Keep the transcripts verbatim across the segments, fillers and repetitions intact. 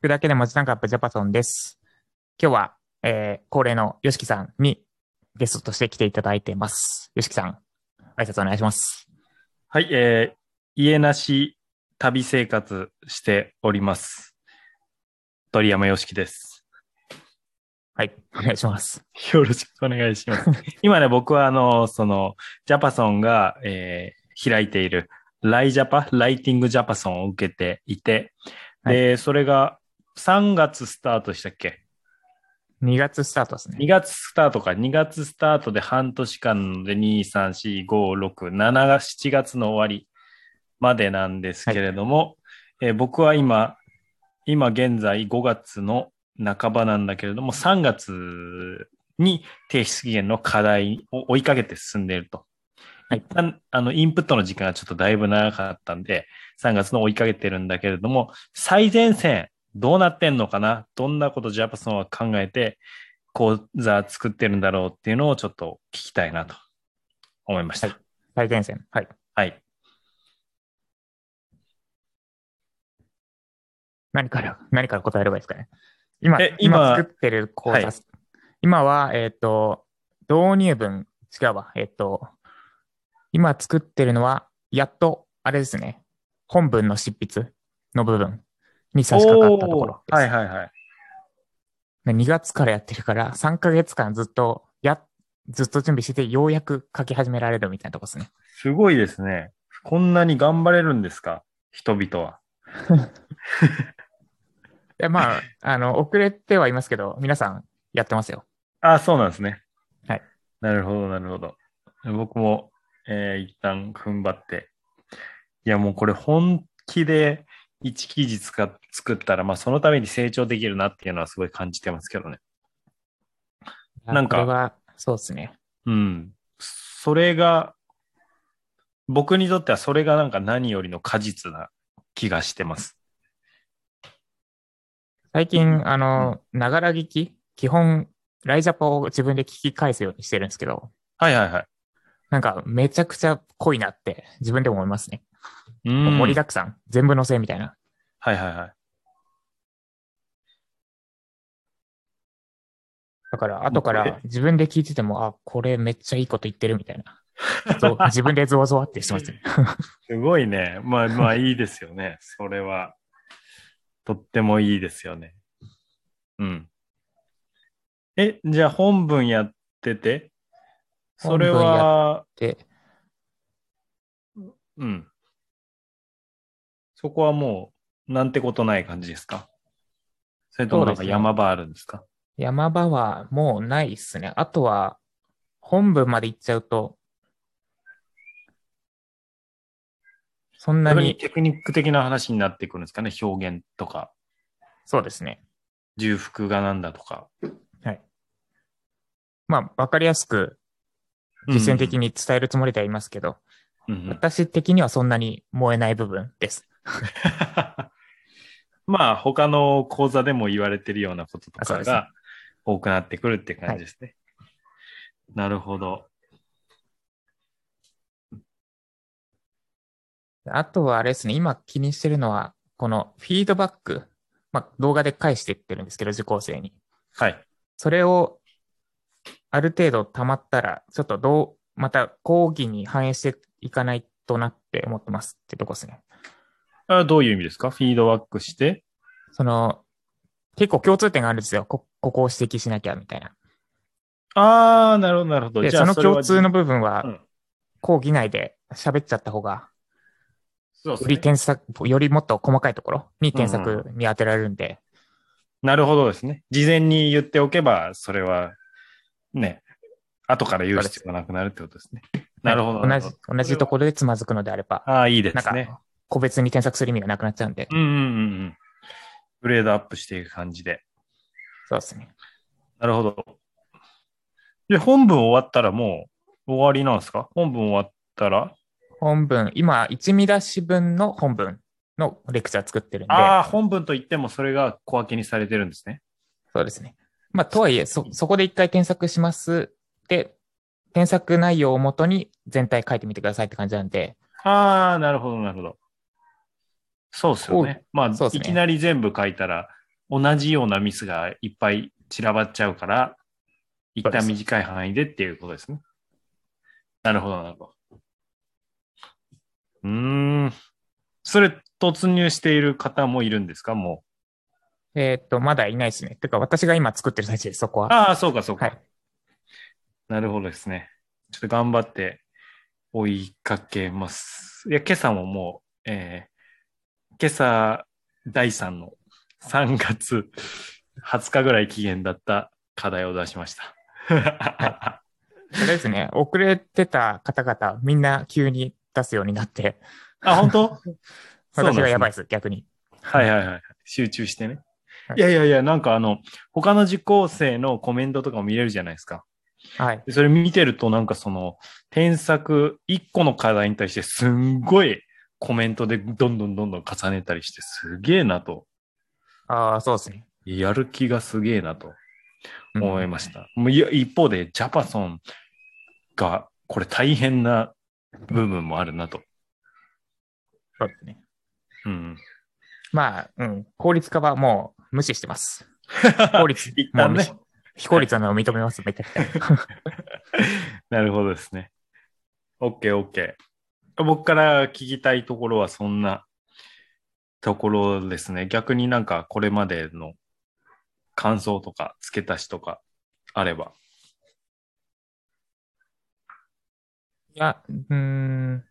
くだけで文字タンクアップジャパソンです。今日は、えー、恒例のヨシキさんにゲストとして来ていただいています。ヨシキさん、挨拶お願いします。 はい、えー、家なし旅生活しております。鳥山よしきです。 はい、お願いします。 よろしくお願いします。今ね、僕はあの、その、ジャパソンが、えー、開いているライジャパ、ライティングジャパソンを受けていて、 はい、 で、それがさんがつスタートしたっけ？ にがつスタートですね。 に 月スタートか。にがつスタートで半年間でに、さん、よん、ご、ろく、なながしちがつの終わりまでなんですけはい、 れども、えー僕は今、今現在ごがつの半ばなんだけれども、さんがつに提出期限の課題を追いかけて進んでいると。 はい、 一旦、あの、インプットの時間がちょっとだいぶ長かったんで、さんがつの追いかけてるんだけれども、最前線、どうなってんのかな、どんなことジャパソンは考えて、講座作ってるんだろうっていうのをちょっと聞きたいなと思いましはい、 た。 最前線。はい。 はい。 何から、何から答えればいいですかね。今、 え、 今作っ今、 てる講座、 はい。 今は、えっと、導入文、違うわ。えっと、今作ってるのは、やっと、あれですね。本文の執筆の部分に差し掛かったとこおー、はいろです。 はいはい。 にがつからやってるから、さんかげつかんずっと、や、ずっと準備してて、ようやく書き始められるみたいなとこですね。 すごいですね。こんなに頑張れるんですか、人々は。 で、まあ、あの、遅れてはいますけど、皆さんやってますよ。 あ、そうなんですね。 はい。 なるほど、なるほど。僕も、えー一旦踏ん張って。いや、もうこれ本気でいち記事使っ作ったら、まあそのために成長できるなっていうのはすごい感じてますけどね。 あ、 なんか、 これは、そうですね。 うん。それが、僕にとってはそれがなんか何よりの果実な気がしてます。 最い近、あうん。 の、ながら聞き、基本、ライジャパを自分で聞き返すようにしてるんですけど、 はいはいはい。 なんか、めちゃくちゃ濃いなって自分でも思いますね。 うもう盛りん。 だくさん、全部載せみたいな。 はいはいはい。 だから、 もう後かこれ、 ら自分で聞いてても、あ、これめっちゃいいこと言ってるみたいな。そう、自分でゾワゾワってしてますね。 すごいね。まあまあいいですよね。それは。とってもいいですよね。うん。え、じゃあ本文やってて、それ本文やっは、 て、 うん。そこはもう、なんてことない感じですか？それともなんかそうですね。 山場あるんですか？ 山場はもうないっすね。あとは、本文まで行っちゃうと、そんなに、 逆にテクニック的な話になってくるんですかね？表現とか、 そうですね。 重複がなんだとか。 はい。まあ、わかりやすくうんうんうん。 実践的に伝えるつもりではいますけど、 うんうん。 私的にはそんなに燃えない部分です。 まあ、他の講座でも言われてるようなこととあ、そうですね。 かが多くなってくるってはい。 感じですね。なるほど。 あとはあれですね、今気にしてるのは、このフィードバック、まあ、動画で返していってるんですけど、受講生に。 はい。 それをある程度溜まったら、ちょっとどう、また講義に反映していかないとなって思ってますってとこですね。 あ、どういう意味ですか？フィードバックして。 その、結構共通点があるんですよ。こ、ここを指摘しなきゃみたいな。 ああ、なるほど、なるほど。 で、 じゃあ、 そのそれはじ、 共通の部分はうん。 講義内で喋っちゃった方が、よそうですね。 り添削、よりもっと細かいところに添うんうん。 削に当てられるんで、 なるほどですね。事前に言っておけば、それはね、後から言うそうです。 必要がなくなるってことですね。 はい。 なるほど、なるほど。 同じ、同それは、 じところでつまずくのであれば、 ああ、いいでなんすね。 か、個別に添削する意味がなくなっちゃうんで、 うんうんうんうん。グレードアップしていく感じで。 そうですね。 なるほど。で、本文終わったらもう終わりなんですか？本文終わったら、 本文、今、いち見出し分の本文のレクチャー作ってるんで、 ああ、本文といってもそれが小分けにされてるんですね。 そうですね。まあ、とはいえ、そ、そこで一回添削します。で、添削内容をもとに全体書いてみてくださいって感じなんで、 ああ、なるほど、なるほど。そうですよこう、 ね。まあ、いきなそうですね。 り全部書いたら、 同じようなミスがいっぱい散らばっちゃうから、一旦短い範囲でっていうことですね。なるほど、なるほど。うーん。それ、突入している方もいるんですか、もえっと、まだいないですね。てか、私が今作ってる最中です、そこう。 は。 ああ、そうか、そうか。 はい。 なるほどですね。ちょっと頑張って追いかけます。いや、今朝ももう、えー、今朝、だいさんのさんがつはつかぐらい期限だった課題を出しました。 はい。あれですね。遅れてた方々、みんな急に出すようになって、 あ、本当？そうなんですね。 私がやばいです、逆に。はい。 はいはいはい。集中してね。 はい。 いやいやいや、なんかあの、他の受講生のコメントとかも見れるじゃないですか。 はい。 でそれ見てるとなんかその、添削いっこの課題に対してすんごいコメントでどんどんどんどん重ねたりしてすげえなと。 ああ、そうですね。 やる気がすげえなとうん。 思いました。もういや一方でジャパソンがこれ大変な部分もあるなと。 そうですね。 うん。 まあ、うん。効率化はもう無視してます。非効率、 一旦ね。 もう無視。非効はい。 率なのを認めます、めちゃくちゃ。 なるほどですね。OK、OK。僕から聞きたいところはそんなところですね。逆になんかこれまでの感想とか付け足しとかあれば。 いや、うーん、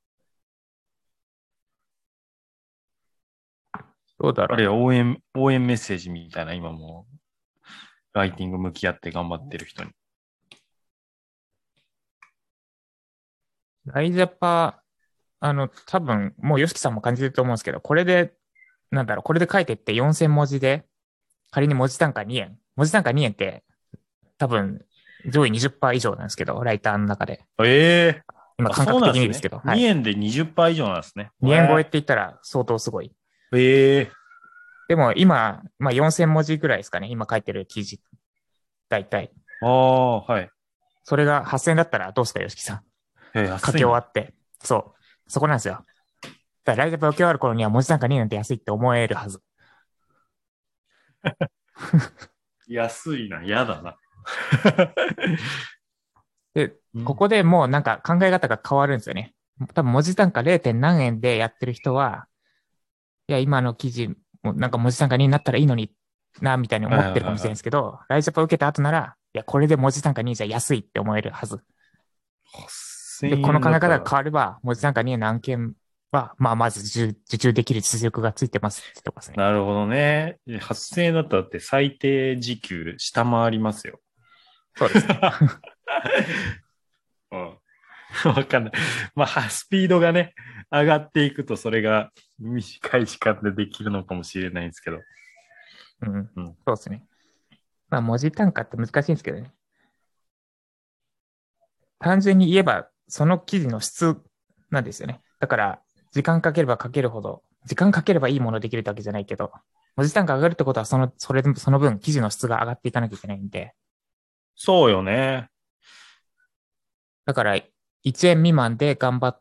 どうだろうな。 あるいは応援、応援メッセージみたいな今もうライティング向き合って頑張ってる人に。 ライジャパ、あの、多分、もうヨシキさんも感じてると思うんですけど、これで、なんだろう、これで書いてってよんせん文字で、仮に文字単価にえん。文字単価にえんって、多分、上位にじゅっパーセント以上なんですけど、ライターの中で。 ええ今、 あ、そう感覚なんですね。 的にですけど、はにい。 えんでにじゅっパーセント以上なんですね。 にえん超えって言ったら相当すごい。 ええでも今、まあよんせん文字ぐらいですかね。今書いてる記事。大体。 ああ、はい。 それがはっせんだったらどうですか、吉木さん。 えー、 書き安いな。 終わって。そう。そこなんですよ。だからライジャパ受け終わる頃には文字単価になんて安いって思えるはず。 安いな。嫌だな。 で、 うん、 ここでもうなんか考え方が変わるんですよね。多分文字単価 れい. 何円でやってる人は、いや、今の記事もなんか文字単価になったらいいのにな、みたいにはい思ってるかもしれないはいはいはい。 ですけど、ライジャパ受けた後なら、いや、これで文字単価にじゃ安いって思えるはず。 8000 で、この考え方が円だったら。 変われば、文字単価にの案件は、まあ、まず受受注できる実力がついてますって言ってますね。 なるほどね。はっせんえんだったらって最低時給下回りますよ。 そうですね。 うん。わかんない。まあ、スピードがね、上がっていくとそれが短い時間でできるのかもしれないんですけど。 うん。 うん。 そうですね。まあ、文字単価って難しいんですけどね。単純に言えば、その記事の質なんですよね。だから、時間かければかけるほど、時間かければいいものできるってわけじゃないけど、文字単価上がるってことは、その、それ、その分、記事の質が上がっていかなきゃいけないんで、 そうよね。 だから、いちえん未満で頑張って、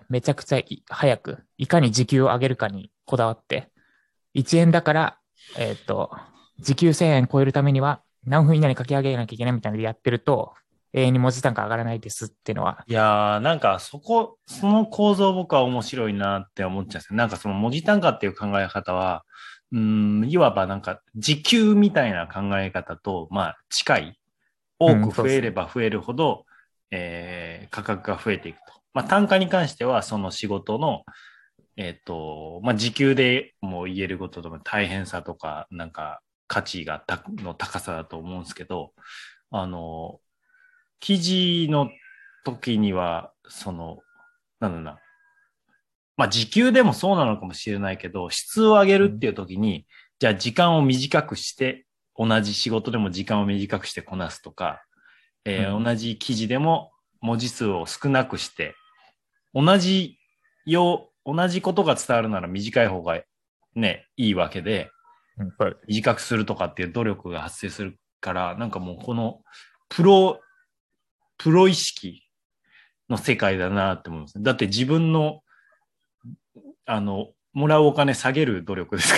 めちゃくちゃい早く、いかに時給を上げるかにこだわって、いちえんだから、えっと、時給せんえん超えるためには、何分以内に書き上げなきゃいけないみたいなのでやってると、永遠に文字単価上がらないですっていうのは、 いやー、なんかそこ、その構造僕は面白いなって思っちゃうんですよ。なんかその文字単価っていう考え方は、うーん、いわばなんか時給みたいな考え方と、まあ近い。多うん、 く増えれそうですね。 ば増えるほど、えー価格が増えていくと。まあ単価に関してはその仕事の、えっと、まあ時給でも言えることとか大変さとか、なんか価値がたの高さだと思うんですけど、あの、記事の時には、その、なんだろうな。まあ時給でもそうなのかもしれないけど、質を上げうん、 るっていう時に、じゃあ時間を短くして、同じ仕事でも時間を短くしてこなすとか、えーうん、 同じ記事でも文字数を少なくして、同じよう、同じことが伝わるなら短い方がね、いいわけで、 うん、そうです。 短くするとかっていう努力が発生するから、なんかもうこのプロ、プロ意識の世界だなって思います。だって自分の、あの、もらうお金下げる努力ですから。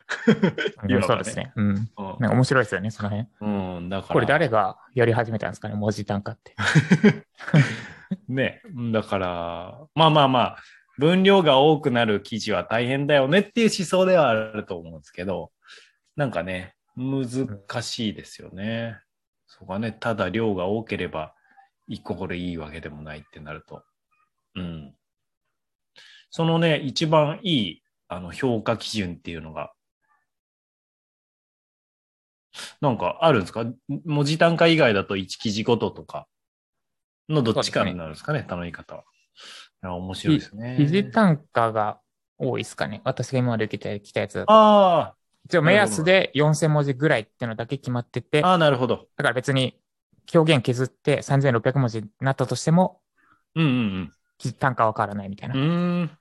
うん今がね。 そうですね。うん。なんうか面白いですよね、その辺。 ん。うん、だかこれ誰ら、 がやり始めたんですかね、文字単価って。 ね、だから、まあまあまあ、分量が多くなる記事は大変だよねっていう思想ではあると思うんですけど、なんかね、難うんしいですよね。そこはね、ただ量が多ければ、一個これいいわけでもないってなると。うん。そのね、一番いい、あの、評価基準っていうのが、なんかあるんですか？文字単価以外だといち記事ごととかのどっちかにそうですね。 なるんですかね、頼み方は。いや面白いでひす記事ね。 単価が多いですかね。私が今まで受けてきたやつだと。 ああ、 一応目なるほど、なるほど。 安でよんせん文字ぐらいっていうのだけ決まってて、 ああ、なるほど。 だから別に表現削ってさんぜんろっぴゃく文字になったとしても、 うんうん記事単価は変わらないみたいうん。 な。 うーん。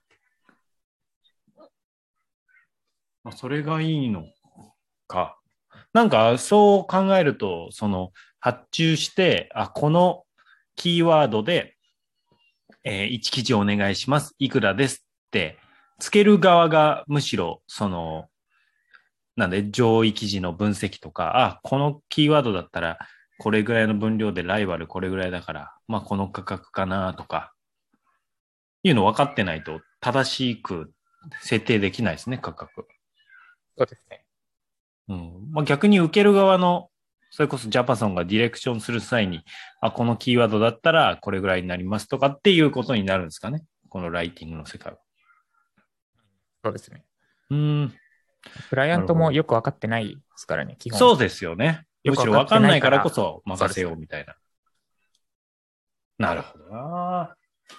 まあ、それがいいのか。なんか、そう考えると、その、発注して、あ、このキーワードで、えー、いち記事お願いします。いくらですって、つける側がむしろ、その、なんで、上位記事の分析とか、あ、このキーワードだったら、これぐらいの分量でライバルこれぐらいだから、まあ、この価格かなとか、いうの分かってないと、正しく設定できないですね、価格。 そうですね。 うん。まあ、逆に受ける側の、それこそジャパソンがディレクションする際に、あ、このキーワードだったらこれぐらいになりますとかっていうことになるんですかね。このライティングの世界は。 そうですね。 うーん。 クライアントなるほど。 もよくわかってないですからね、基本。 そうですよね。むしろよくわかって分かんないからこないから、 そ任せそうです。 ようみたいな。なるほどな。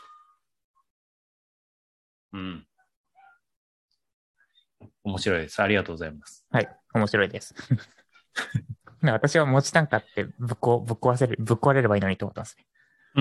うん。面白いです。ありがとうございます。 はい、面白いです。私は文字単価ってぶっこぶっ壊せる、ぶっ壊れればいいのにと思ったんですね。 うん。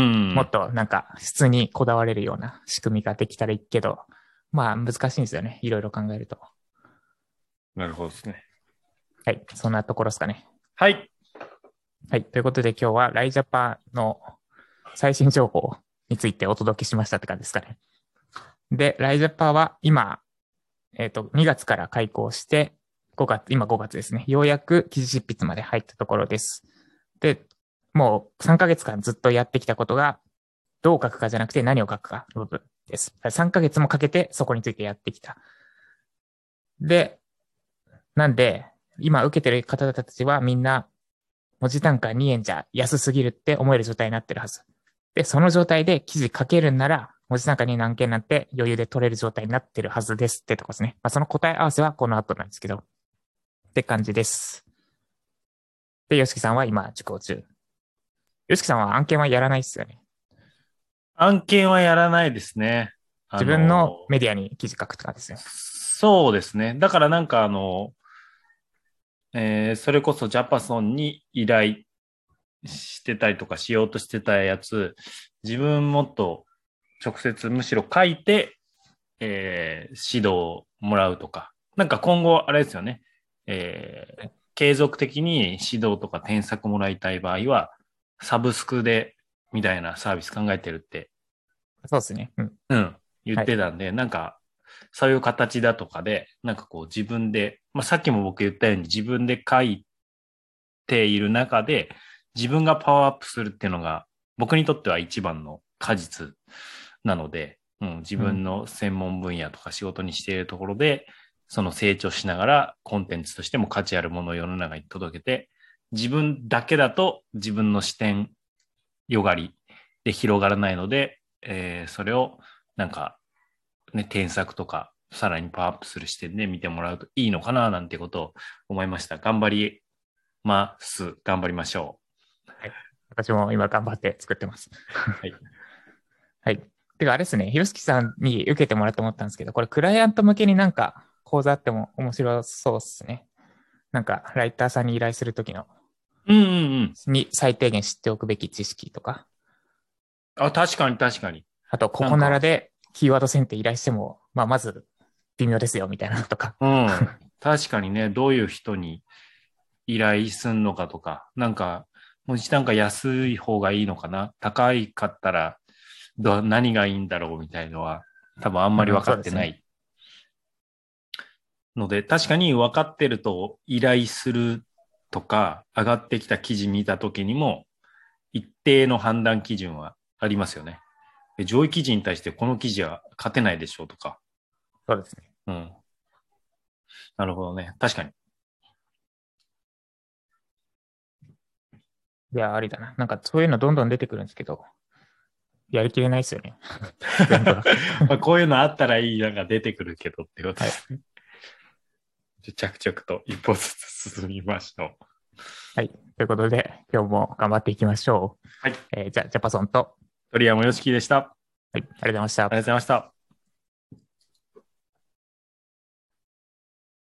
もっとなんか質にこだわれるような仕組みができたらいいけど、まあ難しいんですよね。いろいろ考えると。 なるほどですね。 はい、そんなところですかね。 はい。 はい、ということで今日はライジャパの最新情報についてお届けしましたって感じですかね。で、ライジャパは今、えっと、にがつから開講して、ごがつ、今ごがつですね。ようやく記事執筆まで入ったところです。で、もうさんかげつかんずっとやってきたことが、どう書くかじゃなくて何を書くかの部分です。さんかげつもかけてそこについてやってきた。で、なんで、今受けてる方たちはみんな文字単価にえんじゃ安すぎるって思える状態になってるはず。で、その状態で記事書けるんなら、文字単価に何件なんて余裕で取れる状態になってるはずですってとこですね。まあ、その答え合わせはこの後なんですけど、って感じです。で、ヨシキさんは今受講中。ヨシキさんは案件はやらないっすよね。 案件はやらないですね。あ自分のの、 メディアに記事書くとかですよね。 そうですね。だからなんかあの、えーそれこそジャパソンに依頼してたりとかしようとしてたやつ、自分もっと直接むしろ書いて、えー指導をもらうとか。なんか今後あれですよね。えー継続的に指導とか添削もらいたい場合は、サブスクでみたいなサービス考えてるって、 そうですね。うん。 うん、言はい。 ってたんで、なんかそういう形だとかで、なんかこう自分で、まあ、さっきも僕言ったように自分で書いている中で、自分がパワーアップするっていうのが、僕にとっては一番の果実なので、うん、自うん。 分の専門分野とか仕事にしているところで、その成長しながらコンテンツとしても価値あるものを世の中に届けて、自分だけだと自分の視点よがりで広がらないので、えーそれをなんかね、添削とか、さらにパワーアップする視点で見てもらうといいのかななんてことを思いました。頑張ります。頑張りましょはい。私も今頑張って作ってます。 う。はい。 はい。てか、あれですね、ひろしきさんに受けてもらって思ったんですけど、これ、クライアント向けになんか講座あっても面白そうですね。なんか、ライターさんに依頼するときの、 うんうんうん。 に最低限知っておくべき知識とか、 あ、確かに確かに。 あと、ここならなんか、 でキーワード選定依頼しても、まあ、まず、微妙ですよ、みたいなのとか。 うん。確かにね、どういう人に依頼すんのかとか、なんか、もう一段階安い方がいいのかな高いかったらど、何がいいんだろうみたいのは、多分あんまりうん、 分かそうですね。 ってないので、確かに分かってると依頼するとか、上がってきた記事見たときにも、一定の判断基準はありますよね。上位記事に対してこの記事は勝てないでしょうとか。 そうですね。 うん。なるほどね。確かに。 いや、ありだな。なんかそういうのどんどん出てくるんですけど、やりきれないですよね。全部は。 まあこういうのあったらいいのが出てくるけどってことですね。着々と一歩ずつ進みましょう。 はい。ということで、今日も頑張っていきましょう。 はい。 えーじゃあ、ジャパソンと、 鳥山よしきでした。あはい、ありがとうございました。 りがとうございました。